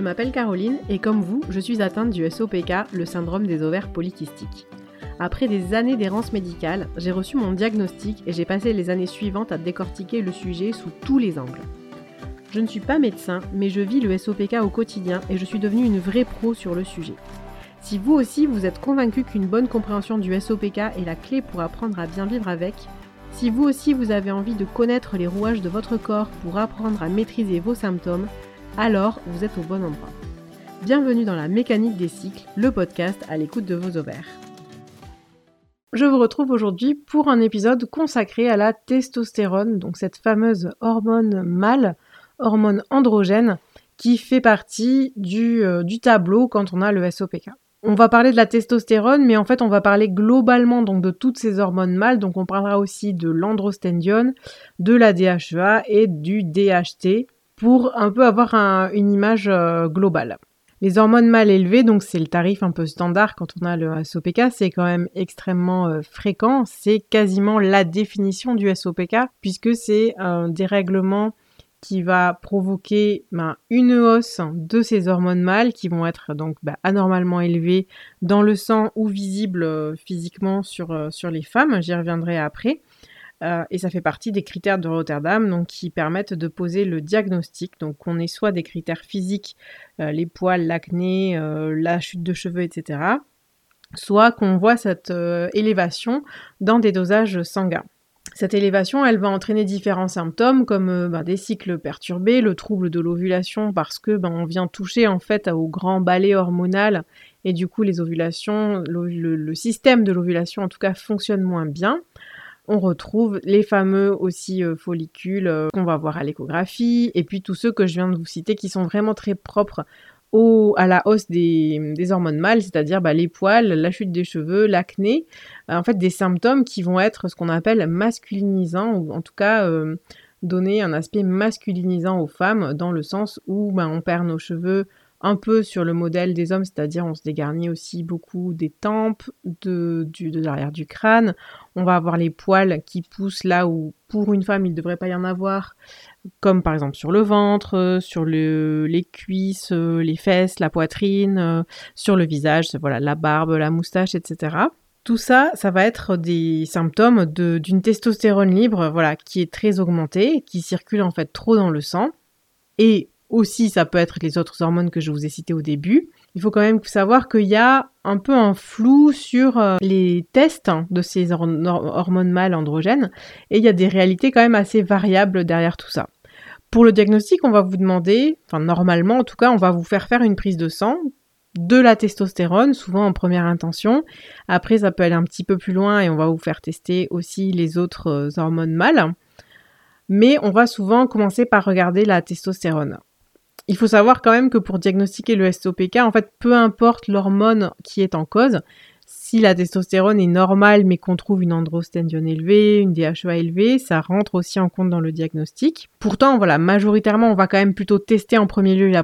m'appelle Caroline et comme vous, je suis atteinte du SOPK, le syndrome des ovaires polykystiques. Après des années d'errance médicale, j'ai reçu mon diagnostic et j'ai passé les années suivantes à décortiquer le sujet sous tous les angles. Je ne suis pas médecin, mais je vis le SOPK au quotidien et je suis devenue une vraie pro sur le sujet. Si vous aussi vous êtes convaincu qu'une bonne compréhension du SOPK est la clé pour apprendre à bien vivre avec, si vous aussi vous avez envie de connaître les rouages de votre corps pour apprendre à maîtriser vos symptômes, alors vous êtes au bon endroit. Bienvenue dans la mécanique des cycles, le podcast à l'écoute de vos ovaires. Je vous retrouve aujourd'hui pour un épisode consacré à la testostérone, donc cette fameuse hormone mâle, hormone androgène, qui fait partie du tableau quand on a le SOPK. On va parler de la testostérone, mais en fait on va parler globalement donc de toutes ces hormones mâles, donc on parlera aussi de l'androstendione, de la DHEA et du DHT, pour un peu avoir une image globale. Les hormones mâles élevées, donc c'est le tarif un peu standard quand on a le SOPK, c'est quand même extrêmement fréquent, c'est quasiment la définition du SOPK, puisque c'est un dérèglement qui va provoquer une hausse de ces hormones mâles qui vont être donc anormalement élevées dans le sang ou visibles physiquement sur les femmes, j'y reviendrai après. Et ça fait partie des critères de Rotterdam donc, qui permettent de poser le diagnostic. Donc on est soit des critères physiques, les poils, l'acné, la chute de cheveux, etc. Soit qu'on voit cette élévation dans des dosages sanguins. Cette élévation, elle va entraîner différents symptômes comme des cycles perturbés, le trouble de l'ovulation parce que on vient toucher en fait au grand balai hormonal et du coup les ovulations, le système de l'ovulation en tout cas fonctionne moins bien. On retrouve les fameux aussi follicules qu'on va voir à l'échographie et puis tous ceux que je viens de vous citer qui sont vraiment très propres à la hausse des hormones mâles, c'est-à-dire les poils, la chute des cheveux, l'acné, en fait des symptômes qui vont être ce qu'on appelle masculinisants ou en tout cas donner un aspect masculinisant aux femmes dans le sens où on perd nos cheveux un peu sur le modèle des hommes, c'est-à-dire on se dégarnit aussi beaucoup des tempes, de l'arrière du crâne. On va avoir les poils qui poussent là où pour une femme il ne devrait pas y en avoir, comme par exemple sur le ventre, sur les cuisses, les fesses, la poitrine, sur le visage, voilà, la barbe, la moustache, etc. Tout ça, ça va être des symptômes d'une testostérone libre, voilà, qui est très augmentée, qui circule en fait trop dans le sang. Et aussi, ça peut être les autres hormones que je vous ai citées au début. Il faut quand même savoir qu'il y a un peu un flou sur les tests de ces hormones mâles androgènes et il y a des réalités quand même assez variables derrière tout ça. Pour le diagnostic, on va vous demander, normalement en tout cas, on va vous faire une prise de sang de la testostérone, souvent en première intention. Après, ça peut aller un petit peu plus loin et on va vous faire tester aussi les autres hormones mâles. Mais on va souvent commencer par regarder la testostérone. Il faut savoir quand même que pour diagnostiquer le SOPK, en fait, peu importe l'hormone qui est en cause, si la testostérone est normale mais qu'on trouve une androstendione élevée, une DHEA élevée, ça rentre aussi en compte dans le diagnostic. Pourtant, voilà, majoritairement, on va quand même plutôt tester en premier lieu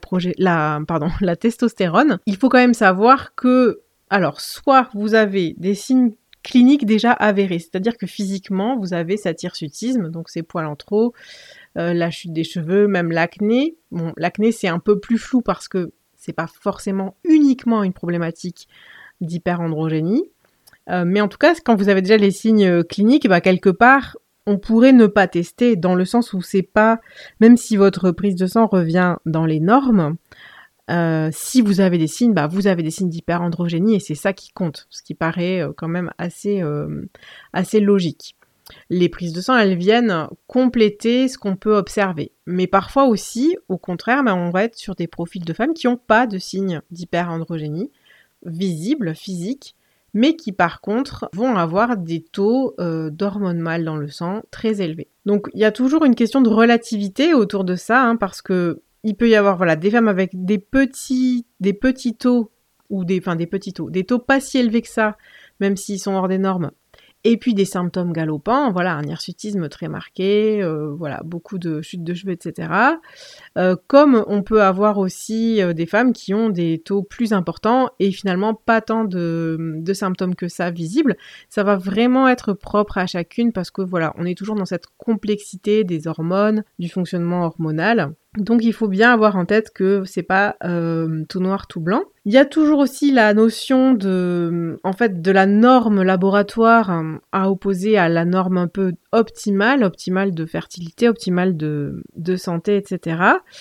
la testostérone. Il faut quand même savoir que, alors, soit vous avez des signes cliniques déjà avérés, c'est-à-dire que physiquement, vous avez cet hirsutisme, donc ces poils en trop, la chute des cheveux, même l'acné. Bon, l'acné, c'est un peu plus flou parce que c'est pas forcément uniquement une problématique d'hyperandrogénie. Mais en tout cas, quand vous avez déjà les signes cliniques, quelque part, on pourrait ne pas tester dans le sens où c'est pas, même si votre prise de sang revient dans les normes, si vous avez des signes, vous avez des signes d'hyperandrogénie et c'est ça qui compte, ce qui paraît quand même assez logique. Les prises de sang, elles viennent compléter ce qu'on peut observer. Mais parfois aussi, au contraire, on va être sur des profils de femmes qui n'ont pas de signes d'hyperandrogénie visibles, physiques, mais qui par contre vont avoir des taux d'hormones mâles dans le sang très élevés. Donc il y a toujours une question de relativité autour de ça, parce que il peut y avoir des femmes avec des petits taux, ou des taux pas si élevés que ça, même s'ils sont hors des normes, et puis des symptômes galopants, un hirsutisme très marqué, beaucoup de chutes de cheveux, etc. Comme on peut avoir aussi des femmes qui ont des taux plus importants et finalement pas tant de symptômes que ça visibles. Ça va vraiment être propre à chacune parce que on est toujours dans cette complexité des hormones, du fonctionnement hormonal. Donc il faut bien avoir en tête que c'est pas tout noir tout blanc. Il y a toujours aussi la notion de la norme laboratoire à opposer à la norme un peu optimale de fertilité, optimale de santé, etc.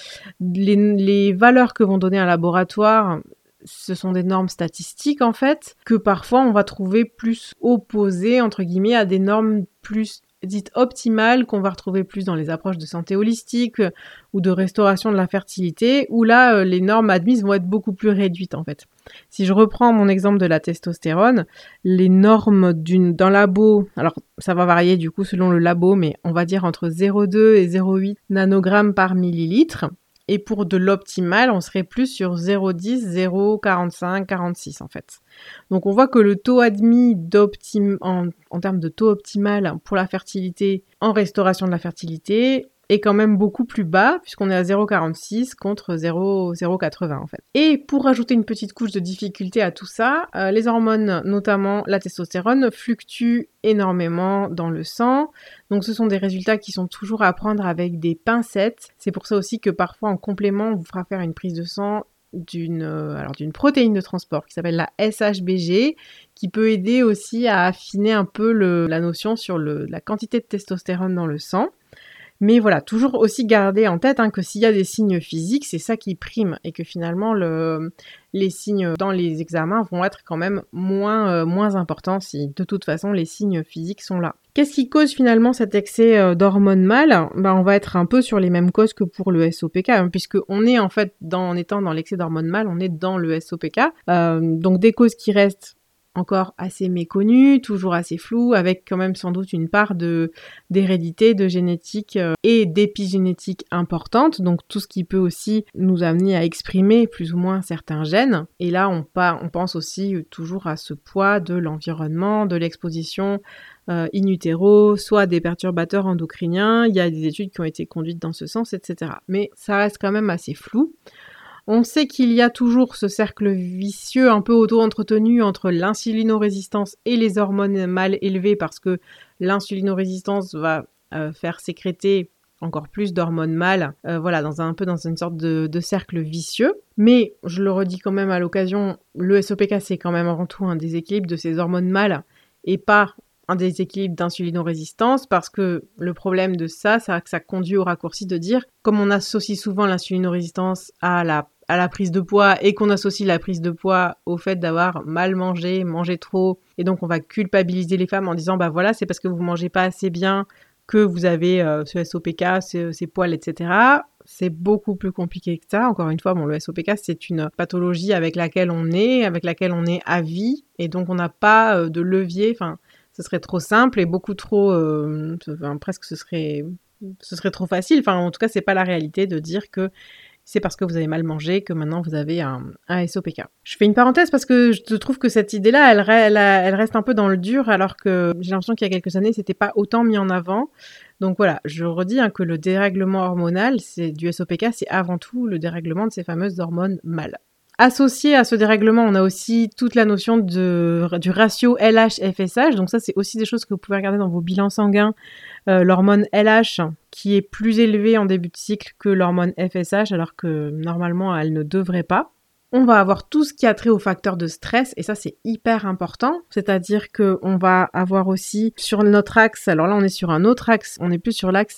Les valeurs que vont donner un laboratoire, ce sont des normes statistiques en fait, que parfois on va trouver plus opposées entre guillemets à des normes plus dites optimales qu'on va retrouver plus dans les approches de santé holistique ou de restauration de la fertilité, où là, les normes admises vont être beaucoup plus réduites en fait. Si je reprends mon exemple de la testostérone, les normes d'un labo, alors ça va varier du coup selon le labo, mais on va dire entre 0,2 et 0,8 nanogrammes par millilitre. Et pour de l'optimal, on serait plus sur 0,10, 0,45, 46 en fait. Donc on voit que le taux admis en termes de taux optimal pour la fertilité, en restauration de la fertilité, est quand même beaucoup plus bas, puisqu'on est à 0,46 contre 0,80 en fait. Et pour rajouter une petite couche de difficulté à tout ça, les hormones, notamment la testostérone, fluctuent énormément dans le sang. Donc ce sont des résultats qui sont toujours à prendre avec des pincettes. C'est pour ça aussi que parfois en complément, on vous fera faire une prise de sang d'une protéine de transport qui s'appelle la SHBG, qui peut aider aussi à affiner un peu la notion sur la quantité de testostérone dans le sang. Mais voilà, toujours aussi garder en tête que s'il y a des signes physiques, c'est ça qui prime et que finalement les signes dans les examens vont être quand même moins importants si de toute façon les signes physiques sont là. Qu'est-ce qui cause finalement cet excès d'hormones mâles ? On va être un peu sur les mêmes causes que pour le SOPK, puisque on est en fait, en étant dans l'excès d'hormones mâles, on est dans le SOPK. Donc des causes qui restent encore assez méconnu, toujours assez flou, avec quand même sans doute une part d'hérédité, de génétique et d'épigénétique importante, donc tout ce qui peut aussi nous amener à exprimer plus ou moins certains gènes. Et là, on pense aussi toujours à ce poids de l'environnement, de l'exposition in utero, soit des perturbateurs endocriniens. Il y a des études qui ont été conduites dans ce sens, etc. Mais ça reste quand même assez flou. On sait qu'il y a toujours ce cercle vicieux un peu auto-entretenu entre l'insulinorésistance et les hormones mâles élevées, parce que l'insulinorésistance va faire sécréter encore plus d'hormones mâles, dans une sorte de cercle vicieux. Mais, je le redis quand même à l'occasion, le SOPK c'est quand même avant tout un déséquilibre de ces hormones mâles et pas un déséquilibre d'insulinorésistance, parce que le problème de ça, c'est que ça conduit au raccourci de dire, comme on associe souvent l'insulinorésistance à la prise de poids et qu'on associe la prise de poids au fait d'avoir mal mangé trop, et donc on va culpabiliser les femmes en disant c'est parce que vous mangez pas assez bien que vous avez ce SOPK, ces poils, etc. C'est beaucoup plus compliqué que ça. Encore une fois, le SOPK, c'est une pathologie avec laquelle on est à vie, et donc on n'a pas de levier, ce serait trop simple et beaucoup trop... presque ce serait trop facile. En tout cas, c'est pas la réalité de dire que c'est parce que vous avez mal mangé que maintenant vous avez un SOPK. Je fais une parenthèse parce que je trouve que cette idée-là, elle reste un peu dans le dur, alors que j'ai l'impression qu'il y a quelques années, c'était pas autant mis en avant. Donc voilà, je redis que le dérèglement hormonal du SOPK, c'est avant tout le dérèglement de ces fameuses hormones mâles. Associé à ce dérèglement, on a aussi toute la notion du ratio LH-FSH. Donc ça, c'est aussi des choses que vous pouvez regarder dans vos bilans sanguins. L'hormone LH qui est plus élevée en début de cycle que l'hormone FSH, alors que normalement, elle ne devrait pas. On va avoir tout ce qui a trait aux facteurs de stress, et ça, c'est hyper important. C'est-à-dire qu'on va avoir aussi sur notre axe, alors là, on est sur un autre axe, on est plus sur l'axe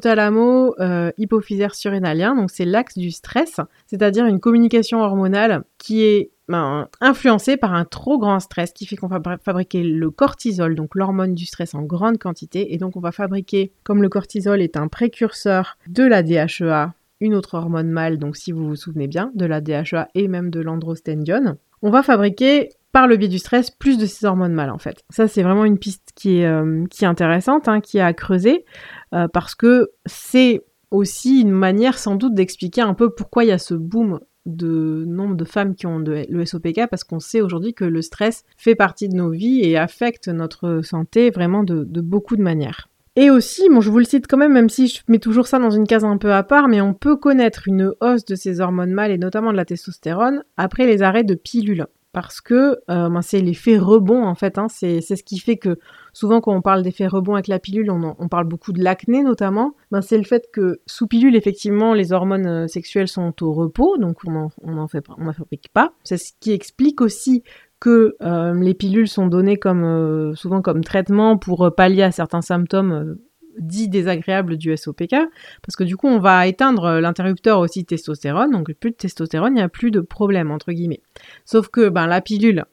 hypothalamo-hypophysaire surrénalien, donc c'est l'axe du stress, c'est-à-dire une communication hormonale qui est influencée par un trop grand stress, qui fait qu'on va fabriquer le cortisol, donc l'hormone du stress en grande quantité, et donc on va fabriquer, comme le cortisol est un précurseur de la DHEA, une autre hormone mâle, donc si vous vous souvenez bien, de la DHEA et même de l'androstendione, on va fabriquer par le biais du stress plus de ces hormones mâles en fait. Ça, c'est vraiment une piste qui est intéressante, qui est à creuser, parce que c'est aussi une manière sans doute d'expliquer un peu pourquoi il y a ce boom de nombre de femmes qui ont le SOPK, parce qu'on sait aujourd'hui que le stress fait partie de nos vies et affecte notre santé vraiment de beaucoup de manières. Et aussi, je vous le cite quand même si je mets toujours ça dans une case un peu à part, mais on peut connaître une hausse de ces hormones mâles et notamment de la testostérone après les arrêts de pilules. parce que c'est l'effet rebond en fait. C'est ce qui fait que souvent quand on parle d'effet rebond avec la pilule, on parle beaucoup de l'acné notamment. C'est le fait que sous pilule, effectivement, les hormones sexuelles sont au repos, donc on n'en fabrique pas. C'est ce qui explique aussi que les pilules sont données souvent comme traitement pour pallier à certains symptômes dits désagréables du SOPK, parce que du coup on va éteindre l'interrupteur aussi testostérone, donc plus de testostérone, il n'y a plus de problème entre guillemets. Sauf que la pilule,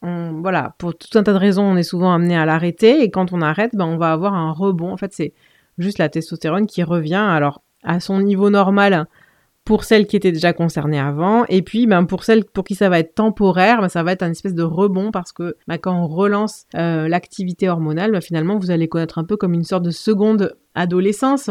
pour tout un tas de raisons, on est souvent amené à l'arrêter, et quand on arrête, on va avoir un rebond. En fait, c'est juste la testostérone qui revient alors à son niveau normal pour celles qui étaient déjà concernées avant, et puis pour celles pour qui ça va être temporaire, ça va être un espèce de rebond, parce que quand on relance l'activité hormonale, finalement vous allez connaître un peu comme une sorte de seconde adolescence.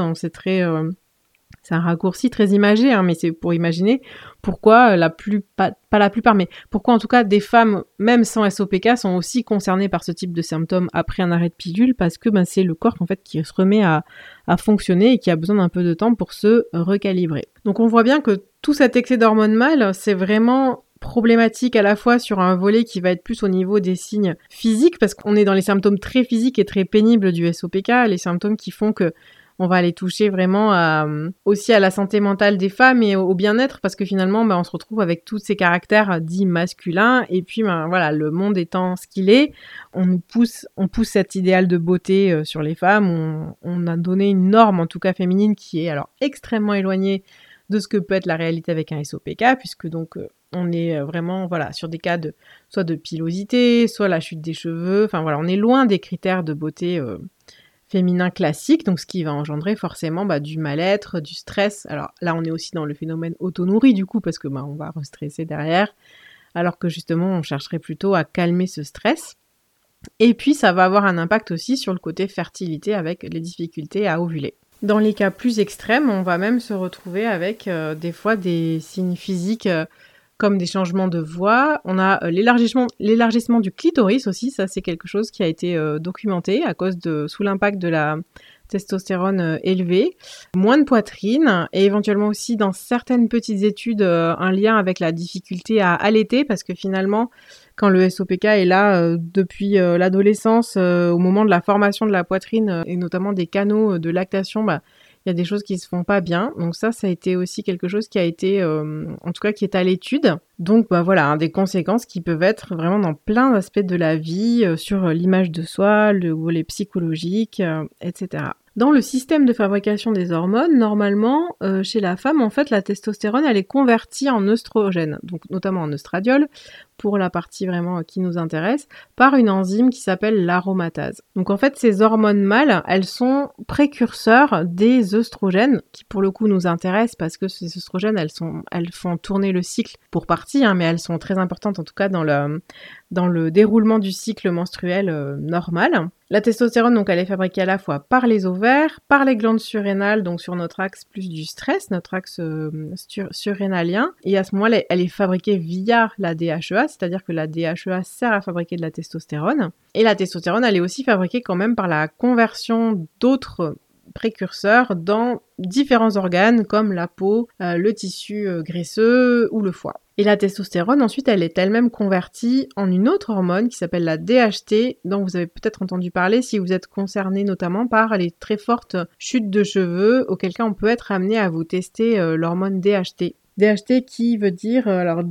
C'est un raccourci très imagé, mais c'est pour imaginer pourquoi pas la plupart, mais pourquoi en tout cas des femmes, même sans SOPK, sont aussi concernées par ce type de symptômes après un arrêt de pilule, parce que c'est le corps en fait qui se remet à fonctionner et qui a besoin d'un peu de temps pour se recalibrer. Donc on voit bien que tout cet excès d'hormones mâles, c'est vraiment problématique à la fois sur un volet qui va être plus au niveau des signes physiques, parce qu'on est dans les symptômes très physiques et très pénibles du SOPK, les symptômes qui font que on va aller toucher vraiment aussi à la santé mentale des femmes et au bien-être, parce que finalement, on se retrouve avec tous ces caractères dits masculins, et puis le monde étant ce qu'il est, on pousse cet idéal de beauté sur les femmes. On a donné une norme, en tout cas féminine, qui est alors extrêmement éloignée de ce que peut être la réalité avec un SOPK, puisque donc on est vraiment sur des cas soit de pilosité, soit la chute des cheveux, on est loin des critères de beauté féminin classique, donc ce qui va engendrer forcément du mal-être, du stress. Alors là, on est aussi dans le phénomène auto-nourri du coup, parce que on va restresser derrière, alors que justement, on chercherait plutôt à calmer ce stress. Et puis, ça va avoir un impact aussi sur le côté fertilité, avec les difficultés à ovuler. Dans les cas plus extrêmes, on va même se retrouver avec des fois des signes physiques comme des changements de voix. On a l'élargissement du clitoris aussi, ça c'est quelque chose qui a été documenté sous l'impact de la testostérone élevée, moins de poitrine, et éventuellement aussi dans certaines petites études un lien avec la difficulté à allaiter, parce que finalement quand le SOPK est là depuis l'adolescence, au moment de la formation de la poitrine et notamment des canaux de lactation, il y a des choses qui se font pas bien. Donc ça a été aussi quelque chose qui a été, en tout cas qui est à l'étude. Donc des conséquences qui peuvent être vraiment dans plein d'aspects de la vie, sur l'image de soi, le volet psychologique, etc. Dans le système de fabrication des hormones, normalement, chez la femme, en fait, la testostérone, elle est convertie en œstrogène, donc notamment en œstradiol, pour la partie vraiment qui nous intéresse, par une enzyme qui s'appelle l'aromatase. Donc en fait, ces hormones mâles, elles sont précurseurs des œstrogènes, qui pour le coup nous intéressent, parce que ces œstrogènes, elles font tourner le cycle pour partie, mais elles sont très importantes en tout cas dans le déroulement du cycle menstruel normal. La testostérone, donc, elle est fabriquée à la fois par les ovaires, par les glandes surrénales, donc sur notre axe plus du stress, notre axe surrénalien. Et à ce moment-là, elle est fabriquée via la DHEA, c'est-à-dire que la DHEA sert à fabriquer de la testostérone. Et la testostérone, elle est aussi fabriquée quand même par la conversion d'autres précurseurs dans différents organes comme la peau, le tissu graisseux ou le foie. Et la testostérone, ensuite, elle est elle-même convertie en une autre hormone qui s'appelle la DHT, dont vous avez peut-être entendu parler si vous êtes concerné notamment par les très fortes chutes de cheveux, auquel cas on peut être amené à vous tester l'hormone DHT. DHT qui veut dire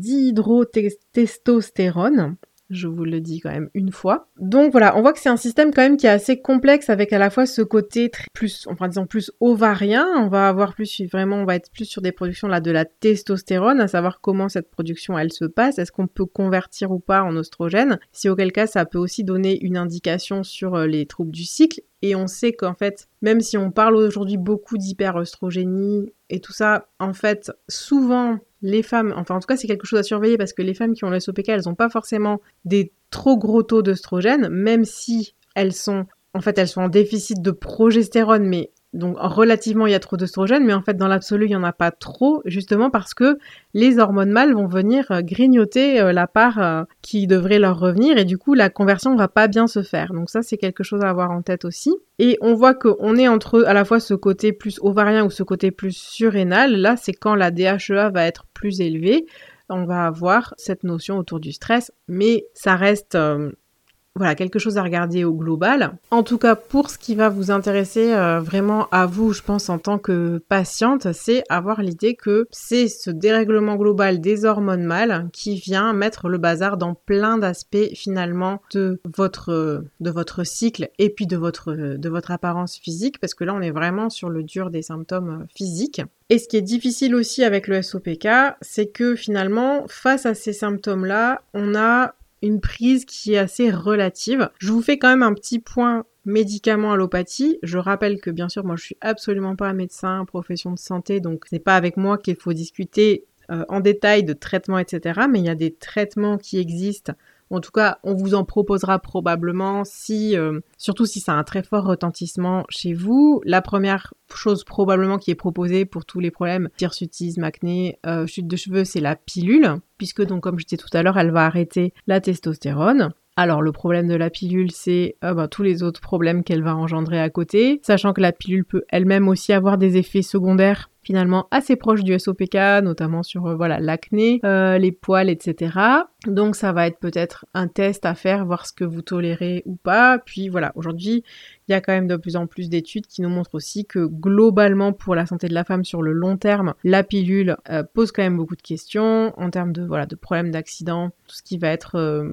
dihydrotestostérone. Je vous le dis quand même une fois. Donc voilà, on voit que c'est un système quand même qui est assez complexe, avec à la fois ce côté plus ovarien. On va être plus sur des productions de la testostérone, à savoir comment cette production elle se passe, est-ce qu'on peut convertir ou pas en oestrogène, si auquel cas ça peut aussi donner une indication sur les troubles du cycle. Et on sait qu'en fait, même si on parle aujourd'hui beaucoup d'hyperœstrogénie et tout ça, en fait, souvent, les femmes, en tout cas, c'est quelque chose à surveiller, parce que les femmes qui ont le SOPK, elles n'ont pas forcément des trop gros taux d'œstrogène, même si elles sont en déficit de progestérone, mais donc relativement il y a trop d'œstrogène, mais en fait dans l'absolu il n'y en a pas trop, justement parce que les hormones mâles vont venir grignoter la part qui devrait leur revenir, et du coup la conversion ne va pas bien se faire. Donc ça c'est quelque chose à avoir en tête aussi. Et on voit qu'on est entre à la fois ce côté plus ovarien ou ce côté plus surrénal. Là c'est quand la DHEA va être plus élevée. on va avoir cette notion autour du stress, mais ça reste quelque chose à regarder au global. En tout cas, pour ce qui va vous intéresser vraiment à vous, je pense, en tant que patiente, c'est avoir l'idée que c'est ce dérèglement global des hormones mâles qui vient mettre le bazar dans plein d'aspects finalement de votre cycle et puis de votre apparence physique, parce que là, on est vraiment sur le dur des symptômes physiques. Et ce qui est difficile aussi avec le SOPK, c'est que finalement, face à ces symptômes-là, on a une prise qui est assez relative. Je vous fais quand même un petit point médicaments allopathie. Je rappelle que bien sûr, moi je suis absolument pas médecin, profession de santé, donc c'est pas avec moi qu'il faut discuter en détail de traitements, etc. Mais il y a des traitements qui existent. En tout cas, on vous en proposera probablement surtout si ça a un très fort retentissement chez vous. La première chose probablement qui est proposée pour tous les problèmes, hirsutisme, acné, chute de cheveux, c'est la pilule, puisque donc comme je disais tout à l'heure, elle va arrêter la testostérone. Alors le problème de la pilule, c'est tous les autres problèmes qu'elle va engendrer à côté, sachant que la pilule peut elle-même aussi avoir des effets secondaires finalement assez proches du SOPK, notamment sur l'acné, les poils, etc. Donc ça va être peut-être un test à faire, voir ce que vous tolérez ou pas. Puis voilà, aujourd'hui, il y a quand même de plus en plus d'études qui nous montrent aussi que globalement, pour la santé de la femme sur le long terme, la pilule pose quand même beaucoup de questions en termes de problèmes d'accident, tout ce qui va être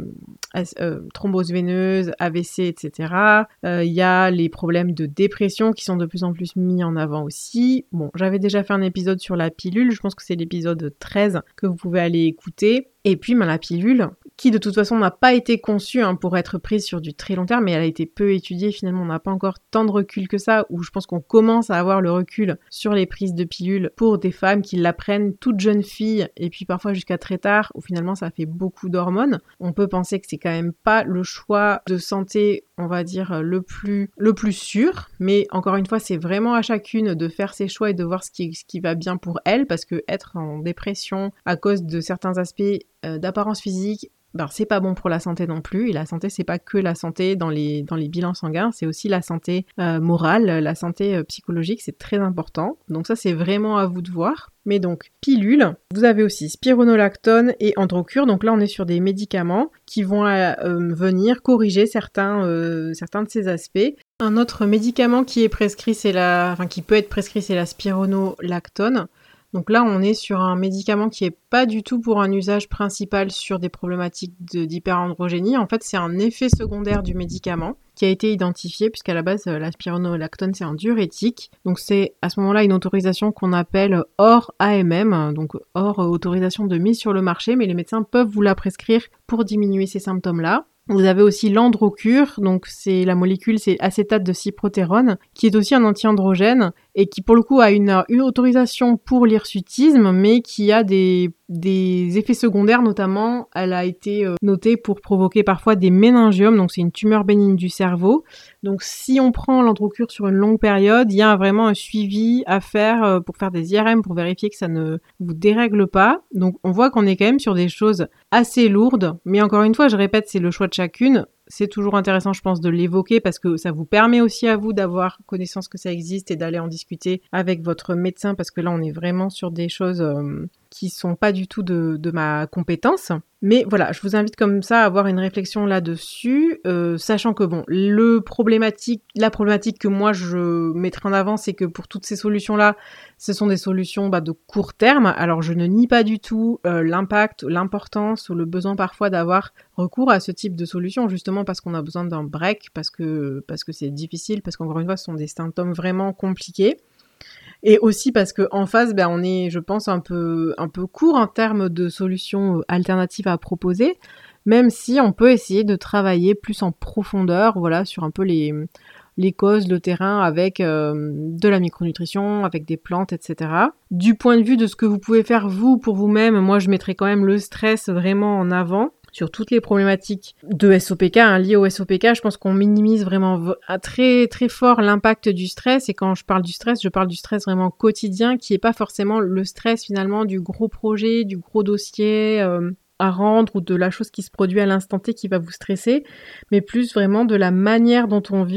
thrombose veineuse, AVC, etc. Il y a les problèmes de dépression qui sont de plus en plus mis en avant aussi. Bon, j'avais déjà fait un épisode sur la pilule, je pense que c'est l'épisode 13 que vous pouvez aller écouter. Et puis la pilule, qui de toute façon n'a pas été conçue pour être prise sur du très long terme, mais elle a été peu étudiée, finalement on n'a pas encore tant de recul que ça, où je pense qu'on commence à avoir le recul sur les prises de pilules pour des femmes qui la prennent toutes jeunes filles, et puis parfois jusqu'à très tard, où finalement ça fait beaucoup d'hormones. On peut penser que c'est quand même pas le choix de santé, on va dire, le plus sûr, mais encore une fois, c'est vraiment à chacune de faire ses choix et de voir ce qui va bien pour elle, parce que être en dépression à cause de certains aspects d'apparence physique, c'est pas bon pour la santé non plus, et la santé c'est pas que la santé dans les bilans sanguins, c'est aussi la santé morale, la santé psychologique, c'est très important, donc ça c'est vraiment à vous de voir. Mais donc, pilule, vous avez aussi spironolactone et androcure, donc là on est sur des médicaments qui vont venir corriger certains de ces aspects. Un autre médicament qui est prescrit, qui peut être prescrit, c'est la spironolactone. Donc là, on est sur un médicament qui est pas du tout pour un usage principal sur des problématiques d'hyperandrogénie. En fait, c'est un effet secondaire du médicament qui a été identifié, puisqu'à la base, la spironolactone, c'est un diurétique. Donc c'est à ce moment-là une autorisation qu'on appelle hors AMM, donc hors autorisation de mise sur le marché, mais les médecins peuvent vous la prescrire pour diminuer ces symptômes-là. Vous avez aussi l'androcure, donc c'est la molécule, c'est acétate de cyprotérone, qui est aussi un anti-androgène et qui pour le coup a une autorisation pour l'hirsutisme, mais qui a des effets secondaires, notamment elle a été notée pour provoquer parfois des méningiomes, donc c'est une tumeur bénigne du cerveau. Donc si on prend l'androcure sur une longue période, il y a vraiment un suivi à faire pour faire des IRM, pour vérifier que ça ne vous dérègle pas. Donc on voit qu'on est quand même sur des choses assez lourdes, mais encore une fois, je répète, c'est le choix de chacune. C'est toujours intéressant, je pense, de l'évoquer parce que ça vous permet aussi à vous d'avoir connaissance que ça existe et d'aller en discuter avec votre médecin, parce que là, on est vraiment sur des choses qui sont pas du tout de ma compétence. Mais voilà, je vous invite comme ça à avoir une réflexion là-dessus, sachant que la problématique que moi je mettrai en avant, c'est que pour toutes ces solutions-là, ce sont des solutions de court terme. Alors je ne nie pas du tout l'impact, l'importance ou le besoin parfois d'avoir recours à ce type de solution, justement parce qu'on a besoin d'un break, parce que c'est difficile, parce qu'encore une fois, ce sont des symptômes vraiment compliqués. Et aussi parce que en face, on est, je pense, un peu court en termes de solutions alternatives à proposer, même si on peut essayer de travailler plus en profondeur, sur un peu les causes, le terrain, avec de la micronutrition, avec des plantes, etc. Du point de vue de ce que vous pouvez faire vous pour vous-même, moi je mettrais quand même le stress vraiment en avant. Sur toutes les problématiques de SOPK, liées au SOPK, je pense qu'on minimise vraiment très très fort l'impact du stress. Et quand je parle du stress vraiment quotidien, qui est pas forcément le stress finalement du gros projet, du gros dossier à rendre ou de la chose qui se produit à l'instant T qui va vous stresser, mais plus vraiment de la manière dont on vit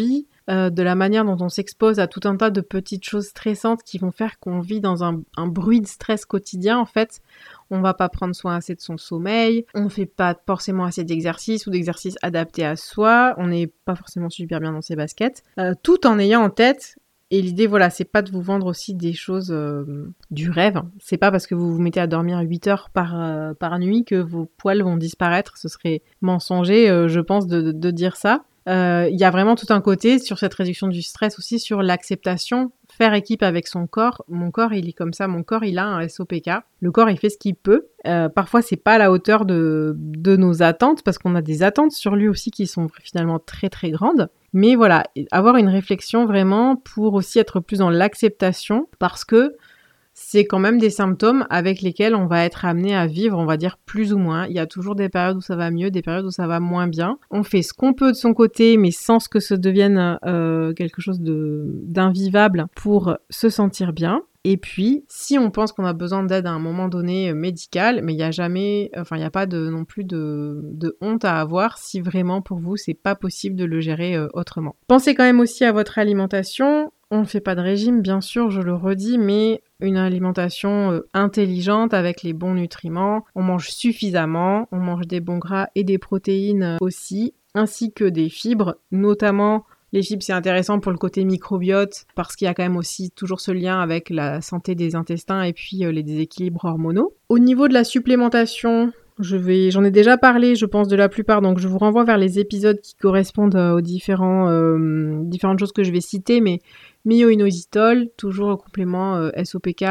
de la manière dont on s'expose à tout un tas de petites choses stressantes qui vont faire qu'on vit dans un bruit de stress quotidien, en fait. On va pas prendre soin assez de son sommeil, on fait pas forcément assez d'exercices ou d'exercices adaptés à soi, on n'est pas forcément super bien dans ses baskets, tout en ayant en tête. Et l'idée, voilà, c'est pas de vous vendre aussi des choses du rêve. C'est pas parce que vous vous mettez à dormir 8 heures par nuit que vos poils vont disparaître. Ce serait mensonger, je pense, de dire ça. Il y a vraiment tout un côté sur cette réduction du stress aussi, sur l'acceptation, faire équipe avec son corps. Mon corps, il est comme ça. Mon corps, il a un SOPK. Le corps, il fait ce qu'il peut. Parfois, c'est pas à la hauteur de nos attentes, parce qu'on a des attentes sur lui aussi qui sont finalement très très grandes. Mais voilà, avoir une réflexion vraiment pour aussi être plus dans l'acceptation, parce que c'est quand même des symptômes avec lesquels on va être amené à vivre, on va dire plus ou moins. Il y a toujours des périodes où ça va mieux, des périodes où ça va moins bien. On fait ce qu'on peut de son côté, mais sans que ça devienne quelque chose d'invivable pour se sentir bien. Et puis, si on pense qu'on a besoin d'aide à un moment donné médical, mais il n'y a jamais, il n'y a pas non plus de honte à avoir si vraiment pour vous, c'est pas possible de le gérer autrement. Pensez quand même aussi à votre alimentation. On ne fait pas de régime, bien sûr, je le redis, mais une alimentation intelligente avec les bons nutriments. On mange suffisamment, on mange des bons gras et des protéines aussi, ainsi que des fibres, notamment. Les fibres, c'est intéressant pour le côté microbiote parce qu'il y a quand même aussi toujours ce lien avec la santé des intestins et puis les déséquilibres hormonaux. Au niveau de la supplémentation, j'en ai déjà parlé, je pense, de la plupart, donc je vous renvoie vers les épisodes qui correspondent aux différentes choses que je vais citer, mais myo-inositol, toujours un complément SOPK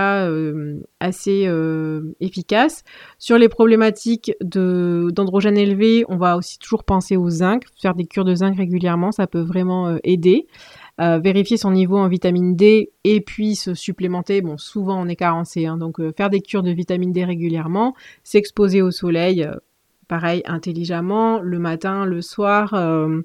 assez efficace. Sur les problématiques d'androgène élevé, on va aussi toujours penser au zinc, faire des cures de zinc régulièrement, ça peut vraiment aider. Vérifier son niveau en vitamine D et puis se supplémenter. Bon, souvent on est carencé, donc faire des cures de vitamine D régulièrement, s'exposer au soleil, pareil, intelligemment, le matin, le soir,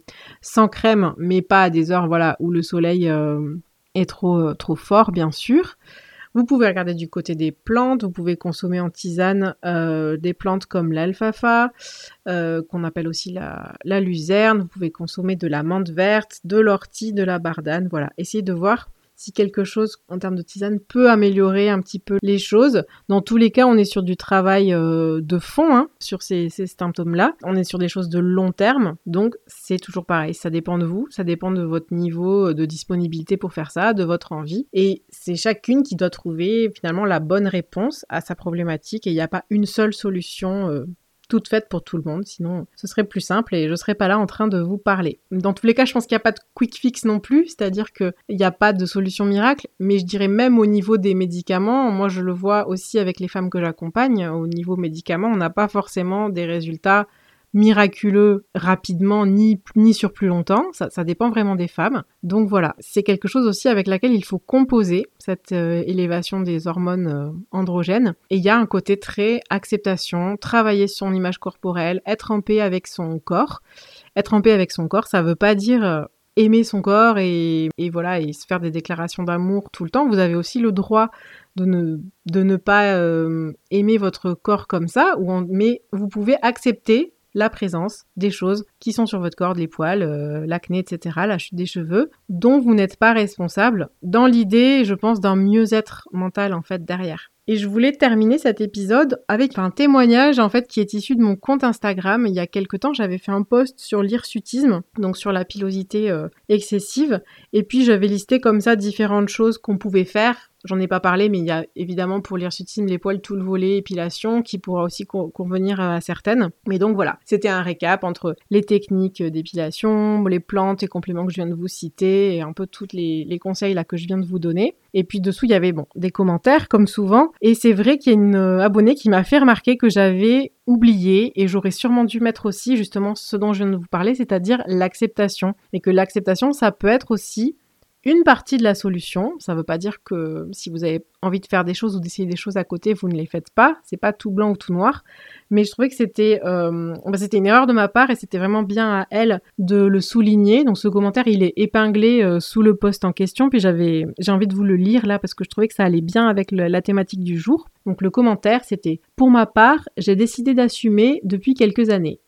sans crème, mais pas à des heures où le soleil est trop fort, bien sûr. Vous pouvez regarder du côté des plantes, vous pouvez consommer en tisane des plantes comme l'alfalfa, qu'on appelle aussi la luzerne, vous pouvez consommer de la menthe verte, de l'ortie, de la bardane, voilà. Essayez de voir si quelque chose en termes de tisane peut améliorer un petit peu les choses. Dans tous les cas, on est sur du travail de fond sur ces symptômes-là. On est sur des choses de long terme, donc c'est toujours pareil. Ça dépend de vous, ça dépend de votre niveau de disponibilité pour faire ça, de votre envie. Et c'est chacune qui doit trouver finalement la bonne réponse à sa problématique. Et il n'y a pas une seule solution toute faite pour tout le monde, sinon ce serait plus simple et je serais pas là en train de vous parler. Dans tous les cas, je pense qu'il n'y a pas de quick fix non plus, c'est-à-dire qu'il n'y a pas de solution miracle, mais je dirais même au niveau des médicaments, moi je le vois aussi avec les femmes que j'accompagne, au niveau médicaments, on n'a pas forcément des résultats miraculeux rapidement ni sur plus longtemps, ça dépend vraiment des femmes. Donc voilà, c'est quelque chose aussi avec laquelle il faut composer cette élévation des hormones androgènes. Et il y a un côté très acceptation, travailler son image corporelle, être en paix avec son corps. Être en paix avec son corps, ça veut pas dire aimer son corps et se faire des déclarations d'amour tout le temps. Vous avez aussi le droit de ne pas aimer votre corps comme ça, mais vous pouvez accepter la présence des choses qui sont sur votre corps, les poils, l'acné, etc., la chute des cheveux, dont vous n'êtes pas responsable, dans l'idée, je pense, d'un mieux-être mental, en fait, derrière. Et je voulais terminer cet épisode avec un témoignage, en fait, qui est issu de mon compte Instagram. Il y a quelques temps, j'avais fait un post sur l'hirsutisme, donc sur la pilosité excessive, et puis j'avais listé comme ça différentes choses qu'on pouvait faire. J'en ai pas parlé, mais il y a évidemment pour l'hirsutisme, les poils, tout le volet, épilation, qui pourra aussi convenir à certaines. Mais donc voilà, c'était un récap entre les techniques d'épilation, les plantes et compléments que je viens de vous citer, et un peu tous les conseils là que je viens de vous donner. Et puis dessous, il y avait des commentaires, comme souvent. Et c'est vrai qu'il y a une abonnée qui m'a fait remarquer que j'avais oublié, et j'aurais sûrement dû mettre aussi justement ce dont je viens de vous parler, c'est-à-dire l'acceptation. Et que l'acceptation, ça peut être aussi une partie de la solution. Ça ne veut pas dire que si vous avez envie de faire des choses ou d'essayer des choses à côté, vous ne les faites pas. C'est pas tout blanc ou tout noir. Mais je trouvais que c'était une erreur de ma part et c'était vraiment bien à elle de le souligner. Donc ce commentaire, il est épinglé sous le post en question. Puis j'ai envie de vous le lire là parce que je trouvais que ça allait bien avec la thématique du jour. Donc le commentaire, c'était « Pour ma part, j'ai décidé d'assumer depuis quelques années.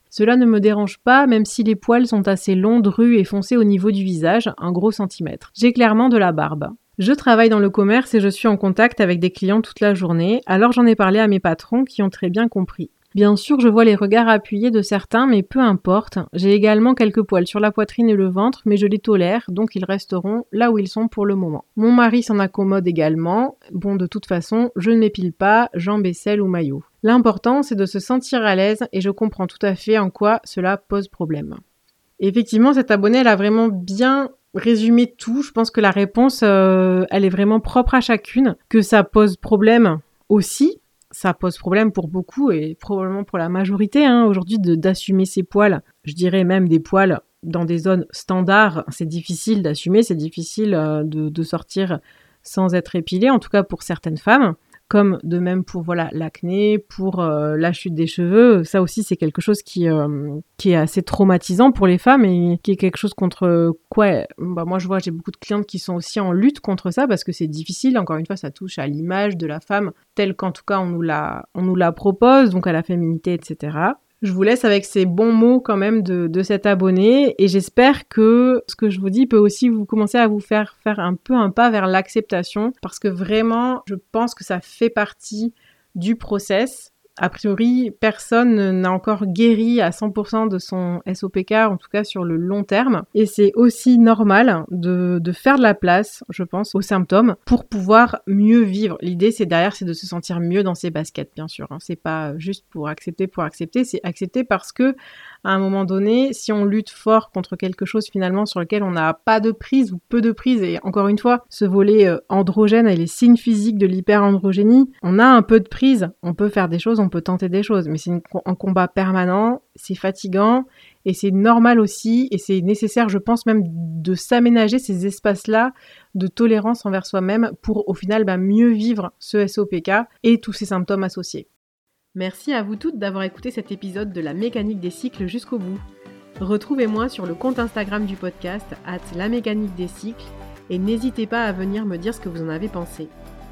Cela ne me dérange pas, même si les poils sont assez longs, drus et foncés au niveau du visage, un gros centimètre. J'ai clairement de la barbe. Je travaille dans le commerce et je suis en contact avec des clients toute la journée, alors j'en ai parlé à mes patrons qui ont très bien compris. Bien sûr, je vois les regards appuyés de certains, mais peu importe. J'ai également quelques poils sur la poitrine et le ventre, mais je les tolère, donc ils resteront là où ils sont pour le moment. Mon mari s'en accommode également. Bon, de toute façon, je ne m'épile pas, jambes, aisselle ou maillot. L'important, c'est de se sentir à l'aise et je comprends tout à fait en quoi cela pose problème. Effectivement, cette abonnée, elle a vraiment bien résumé tout. Je pense que la réponse, elle est vraiment propre à chacune. Que ça pose problème aussi. Ça pose problème pour beaucoup et probablement pour la majorité aujourd'hui d'assumer ses poils. Je dirais même des poils dans des zones standards. C'est difficile d'assumer, c'est difficile de sortir sans être épilé, en tout cas pour certaines femmes. Comme de même pour l'acné, pour la chute des cheveux. Ça aussi, c'est quelque chose qui est assez traumatisant pour les femmes et qui est quelque chose contre quoi moi, je vois, j'ai beaucoup de clientes qui sont aussi en lutte contre ça parce que c'est difficile. Encore une fois, ça touche à l'image de la femme telle qu'en tout cas on nous la propose, donc à la féminité, etc. Je vous laisse avec ces bons mots quand même de cet abonné et j'espère que ce que je vous dis peut aussi vous commencer à vous faire un peu un pas vers l'acceptation parce que vraiment, je pense que ça fait partie du process. A priori, personne n'a encore guéri à 100% de son SOPK, en tout cas sur le long terme. Et c'est aussi normal de faire de la place, je pense, aux symptômes pour pouvoir mieux vivre. L'idée, c'est de se sentir mieux dans ses baskets, bien sûr. C'est pas juste pour accepter, c'est accepter parce que à un moment donné, si on lutte fort contre quelque chose finalement sur lequel on n'a pas de prise ou peu de prise, et encore une fois, ce volet androgène et les signes physiques de l'hyperandrogénie, on a un peu de prise, on peut faire des choses, on peut tenter des choses, mais c'est un combat permanent, c'est fatigant, et c'est normal aussi, et c'est nécessaire, je pense même, de s'aménager ces espaces-là de tolérance envers soi-même pour au final mieux vivre ce SOPK et tous ces symptômes associés. Merci à vous toutes d'avoir écouté cet épisode de la mécanique des cycles jusqu'au bout. Retrouvez-moi sur le compte Instagram du podcast @lamécaniquedescycles et n'hésitez pas à venir me dire ce que vous en avez pensé.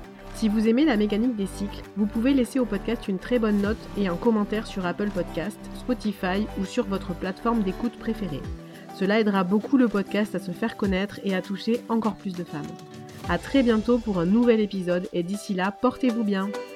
Si vous aimez la mécanique des cycles, vous pouvez laisser au podcast une très bonne note et un commentaire sur Apple Podcast, Spotify ou sur votre plateforme d'écoute préférée. Cela aidera beaucoup le podcast à se faire connaître et à toucher encore plus de femmes. À très bientôt pour un nouvel épisode et d'ici là, portez-vous bien.